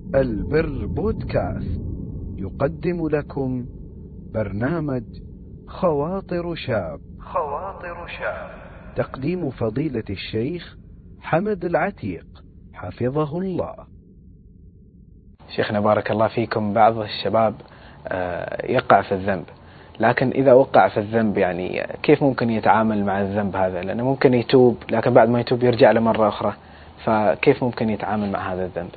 البر بودكاست يقدم لكم برنامج خواطر شاب. تقديم فضيلة الشيخ حمد العتيق حفظه الله. شيخنا بارك الله فيكم، بعض الشباب يقع في الذنب، لكن إذا وقع في الذنب يعني كيف ممكن يتعامل مع الذنب هذا؟ لأنه ممكن يتوب، لكن بعد ما يتوب يرجع له مرة أخرى، فكيف ممكن يتعامل مع هذا الذنب؟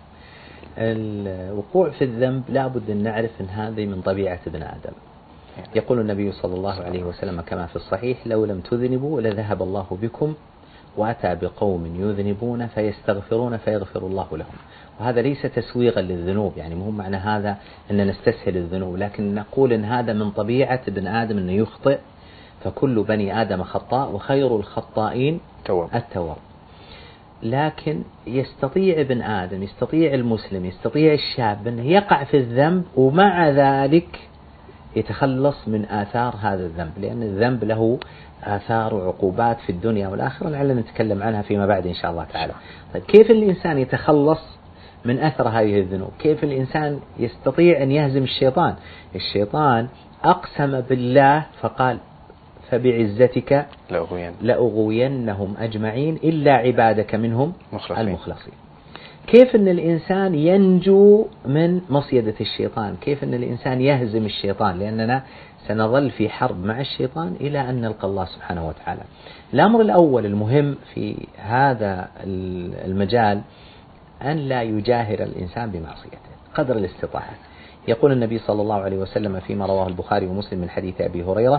الوقوع في الذنب لابد أن نعرف أن هذه من طبيعة ابن آدم. يقول النبي صلى الله عليه وسلم كما في الصحيح: لو لم تذنبوا لذهب الله بكم وأتى بقوم يذنبون فيستغفرون فيغفر الله لهم. وهذا ليس تسويغا للذنوب، يعني مو معنى هذا أن نستسهل الذنوب، لكن نقول أن هذا من طبيعة ابن آدم أنه يخطئ، فكل بني آدم خطاء وخير الخطائين التواب. لكن يستطيع ابن آدم، يستطيع المسلم، يستطيع الشاب أنه يقع في الذنب ومع ذلك يتخلص من آثار هذا الذنب، لأن الذنب له آثار وعقوبات في الدنيا والآخرة لعلنا نتكلم عنها فيما بعد إن شاء الله تعالى. طيب كيف الإنسان يتخلص من أثر هذه الذنوب؟ كيف الإنسان يستطيع أن يهزم الشيطان؟ الشيطان أقسم بالله فقال: فبعزتك لأغوينهم أجمعين إلا عبادك منهم المخلصين. كيف أن الإنسان ينجو من مصيدة الشيطان؟ كيف أن الإنسان يهزم الشيطان؟ لأننا سنظل في حرب مع الشيطان إلى أن نلقى الله سبحانه وتعالى. الأمر الأول المهم في هذا المجال أن لا يجاهر الإنسان بمعصيته قدر الاستطاعة. يقول النبي صلى الله عليه وسلم فيما رواه البخاري ومسلم من حديث أبي هريرة: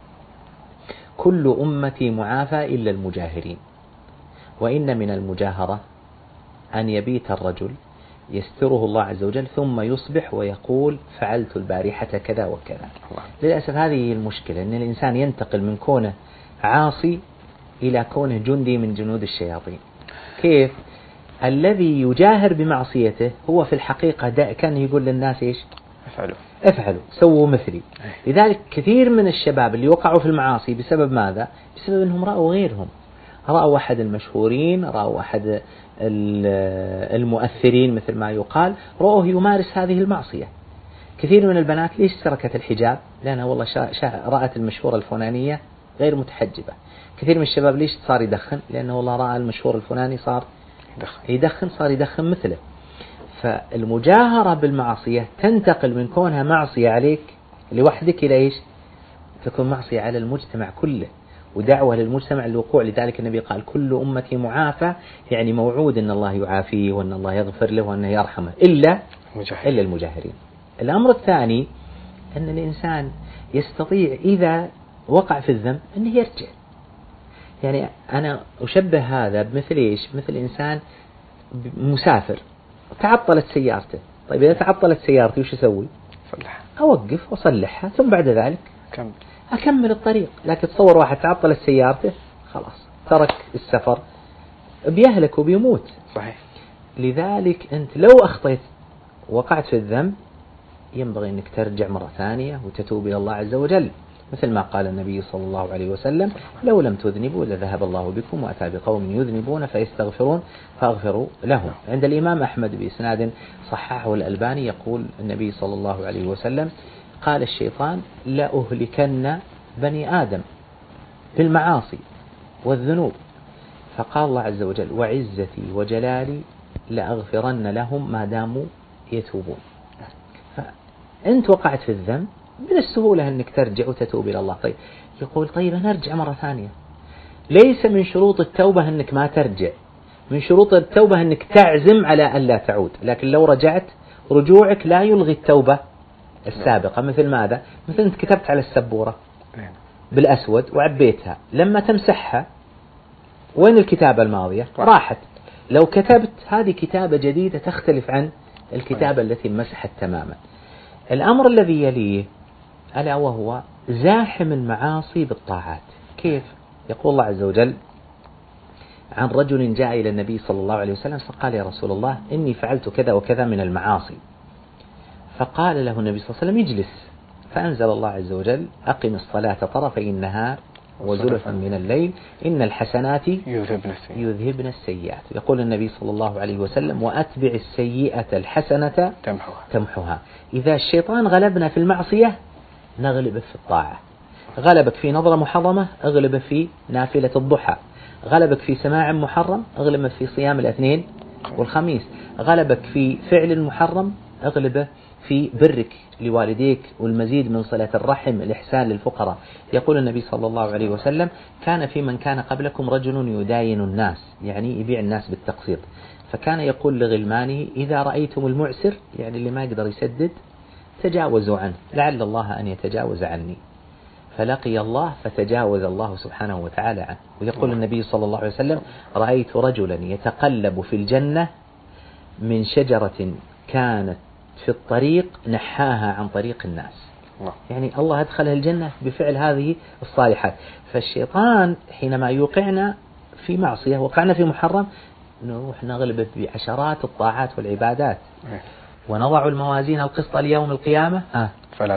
كل أمتي معافى إلا المجاهرين، وإن من المجاهرة أن يبيت الرجل يستره الله عز وجل ثم يصبح ويقول: فعلت البارحة كذا وكذا. للأسف هذه المشكلة، أن الإنسان ينتقل من كونه عاصي إلى كونه جندي من جنود الشياطين. كيف؟ الذي يجاهر بمعصيته هو في الحقيقة كان يقول للناس إيش؟ افعلوا سووا مثلي. لذلك كثير من الشباب اللي وقعوا في المعاصي بسبب ماذا؟ بسبب أنهم رأوا غيرهم، رأوا أحد المشهورين، رأوا أحد المؤثرين مثل ما يقال، رأوه يمارس هذه المعصية. كثير من البنات ليش تركت الحجاب؟ لأنها والله رأت المشهورة الفلانية غير متحجبة. كثير من الشباب ليش صار يدخن؟ لأنه والله رأى المشهور الفلاني صار يدخن، صار يدخن مثله. فالمجاهرة بالمعصية تنتقل من كونها معصية عليك لوحدك إلى إيش؟ تكون معصية على المجتمع كله ودعوة للمجتمع للوقوع. لذلك النبي قال: كل أمتي معافى، يعني موعود أن الله يعافيه وأن الله يغفر له وأنه يرحمه إلا المجاهرين. الأمر الثاني أن الإنسان يستطيع إذا وقع في الذنب أنه يرجع. يعني أنا أشبه هذا بمثل إيش؟ مثل إنسان مسافر تعطلت سيارته. طيب إذا تعطلت سيارتي وش أسوي؟ أوقف وأصلحها ثم بعد ذلك أكمل الطريق. لكن تصور واحد تعطلت سيارته خلاص ترك السفر، بيهلك وبيموت. صحيح. لذلك أنت لو أخطيت وقعت في الذنب ينبغي أنك ترجع مرة ثانية وتتوب إلى الله عز وجل، مثل ما قال النبي صلى الله عليه وسلم: لو لم تذنبوا لذهب الله بكم وأتى بقوم يذنبون فيستغفرون فأغفروا لهم. عند الإمام أحمد بإسناد صححه الألباني يقول النبي صلى الله عليه وسلم: قال الشيطان: لأهلكن بني آدم بالمعاصي والذنوب، فقال الله عز وجل: وعزتي وجلالي لأغفرن لهم ما داموا يتوبون. فأنت وقعت في الذنب من السهولة أنك ترجع وتتوب إلى الله. طيب يقول: طيب أنا أرجع مرة ثانية. ليس من شروط التوبة أنك ما ترجع، من شروط التوبة أنك تعزم على أن لا تعود. لكن لو رجعت رجوعك لا يلغي التوبة السابقة. مثل ماذا؟ مثل أنت كتبت على السبورة بالأسود وعبيتها، لما تمسحها وين الكتابة الماضية؟ راحت. لو كتبت هذه كتابة جديدة تختلف عن الكتابة التي مسحت تماما. الأمر الذي يليه ألا وهو زاحم المعاصي بالطاعات. كيف؟ يقول الله عز وجل عن رجل جاء إلى النبي صلى الله عليه وسلم فقال: يا رسول الله إني فعلت كذا وكذا من المعاصي. فقال له النبي صلى الله عليه وسلم: اجلس. فأنزل الله عز وجل: أقم الصلاة طرفي النهار وزلفا من الليل إن الحسنات يذهبن السيئات. يقول النبي صلى الله عليه وسلم وأتبع السيئة الحسنة تمحها. إذا الشيطان غلبنا في المعصية نغلبه في الطاعة. غلبك في نظرة محرمة اغلبه في نافلة الضحى. غلبك في سماع محرم اغلبه في صيام الاثنين والخميس. غلبك في فعل محرم اغلبه في برك لوالديك والمزيد من صلة الرحم، الإحسان للفقراء. يقول النبي صلى الله عليه وسلم كان في من كان قبلكم رجل يداين الناس، يعني يبيع الناس بالتقسيط، فكان يقول لغلمانه إذا رأيتم المعسر، يعني اللي ما يقدر يسدد، تجاوزوا عنه لعل الله أن يتجاوز عني. فلقي الله فتجاوز الله سبحانه وتعالى عنه. ويقول النبي صلى الله عليه وسلم رأيت رجلا يتقلب في الجنة من شجرة كانت في الطريق نحاها عن طريق الناس. يعني الله أدخله الجنة بفعل هذه الصالحات. فالشيطان حينما يوقعنا في معصية، وقعنا في محرم، نروح نغلبه بعشرات الطاعات والعبادات. ونضع الموازين القسط ليوم القيامة فلا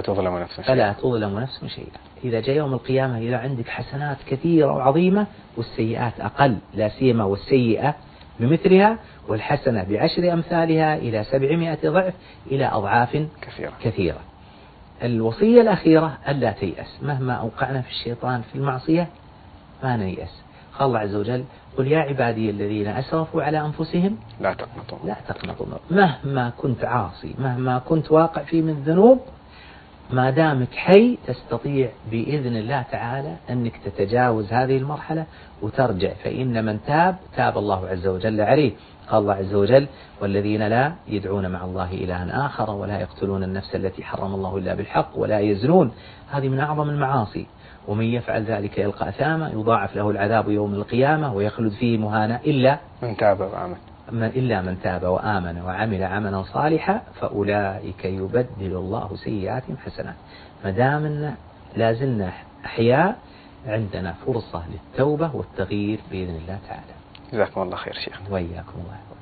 تظلم نفس شيئا. إذا جاء يوم القيامة إذا عندك حسنات كثيرة وعظيمة والسيئات أقل، لا سيما والسيئة بمثلها والحسنة بعشر أمثالها إلى 700 ضعف إلى أضعاف كثيرة. الوصية الأخيرة ألا تيأس مهما أوقعنا في الشيطان في المعصية، ما نيأس. قال الله عز وجل قل يا عبادي الذين أسرفوا على أنفسهم لا تقنطوا مهما كنت عاصي، مهما كنت واقع فيه من ذنوب، ما دامك حي تستطيع بإذن الله تعالى أنك تتجاوز هذه المرحلة وترجع. فإن من تاب الله عز وجل عليه. قال الله عز وجل والذين لا يدعون مع الله إلها آخر ولا يقتلون النفس التي حرم الله إلا بالحق ولا يزنون. هذه من أعظم المعاصي. ومن يفعل ذلك يلقى أثاما يضاعف له العذاب يوم القيامة ويخلد فيه مهانا إلا من تاب وآمن وعمل عملا صالحا فأولئك يبدل الله سيئاتهم حسنات. ما دامنا لازلنا أحياء عندنا فرصة للتوبة والتغيير بإذن الله تعالى. جزاكم الله خير شيخ. وإياكم الله.